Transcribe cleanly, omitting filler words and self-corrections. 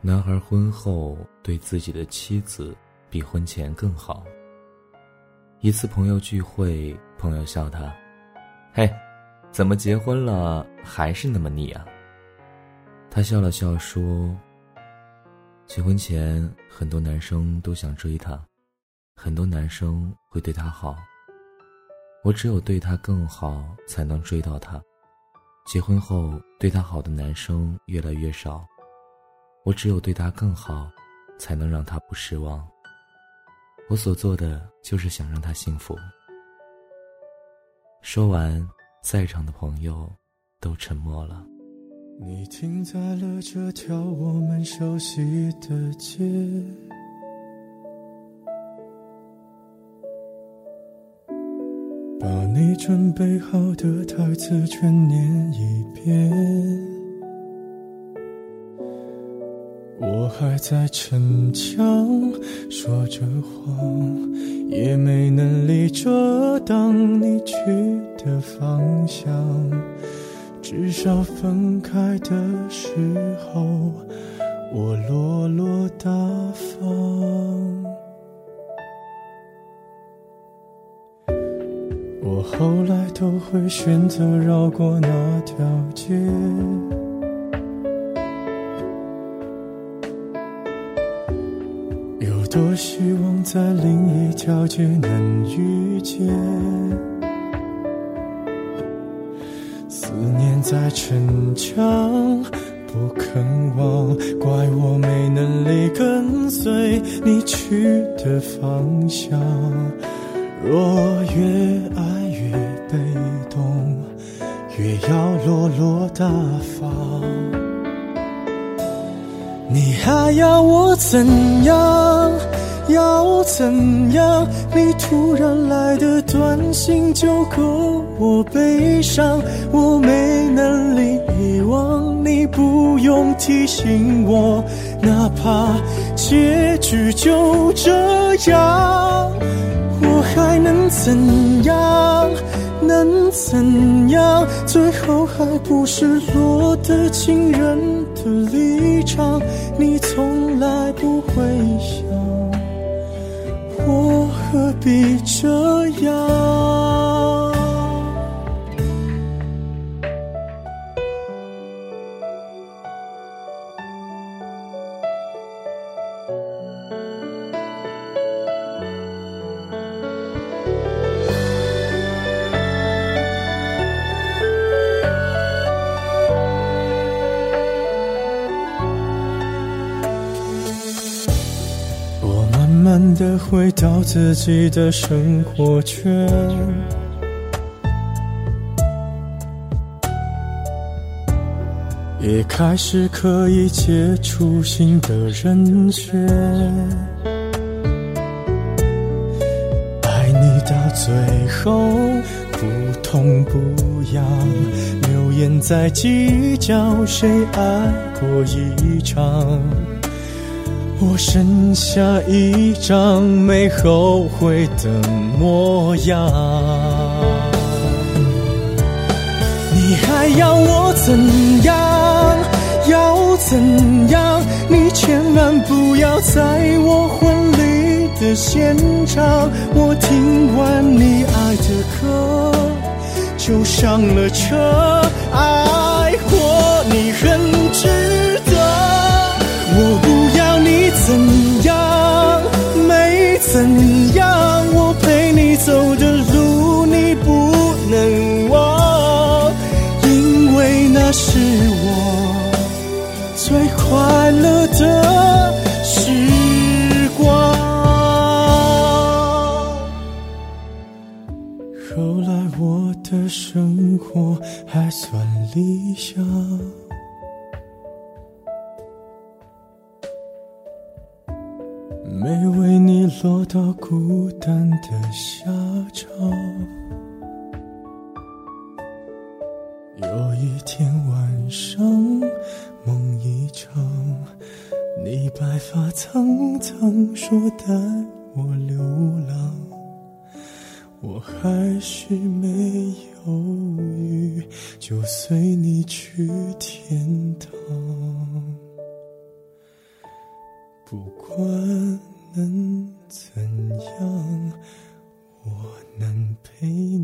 男孩婚后对自己的妻子比婚前更好。一次朋友聚会，朋友笑他：嘿，怎么结婚了还是那么腻啊？他笑了笑说：结婚前很多男生都想追她，很多男生会对她好，我只有对她更好才能追到她。结婚后对她好的男生越来越少，我只有对她更好才能让她不失望。我所做的就是想让她幸福。说完，在场的朋友都沉默了。 你停在了这条我们熟悉的街，把你准备好的台词全念一遍。我还在逞强说着谎，也没能力遮挡你去的方向，至少分开的时候我落落大方。我后来都会选择绕过那条街，有多希望在另一条街能遇见，思念在逞强不肯忘，怪我没能力跟随你去的方向。若越爱越被动，越要落落大方。你还要我怎样？要怎样？你突然来的短信就够我悲伤，我没能力遗忘，你不用提醒我，哪怕结局就这样，我还能怎样？能怎样？最后还不是落得情人的立场，你从来不会想，我何必这样？慢慢地回到自己的生活圈，也开始可以接触新的人选。爱你到最后不痛不痒，流言在计较谁爱过一场，我剩下一张没后悔的模样。你还要我怎样？要怎样？你千万不要在我婚礼的现场，我听完你爱的歌就上了车，爱过你很值得，我不要你怎样，没怎样，我陪你走的路你不能忘，因为那是我最快乐的时光。后来我的生活还算理想，没为你落到孤单的下场。有一天晚上梦一场，你白发苍苍说带我流浪，我还是没犹豫就随你去天堂。 不管能怎样，我能陪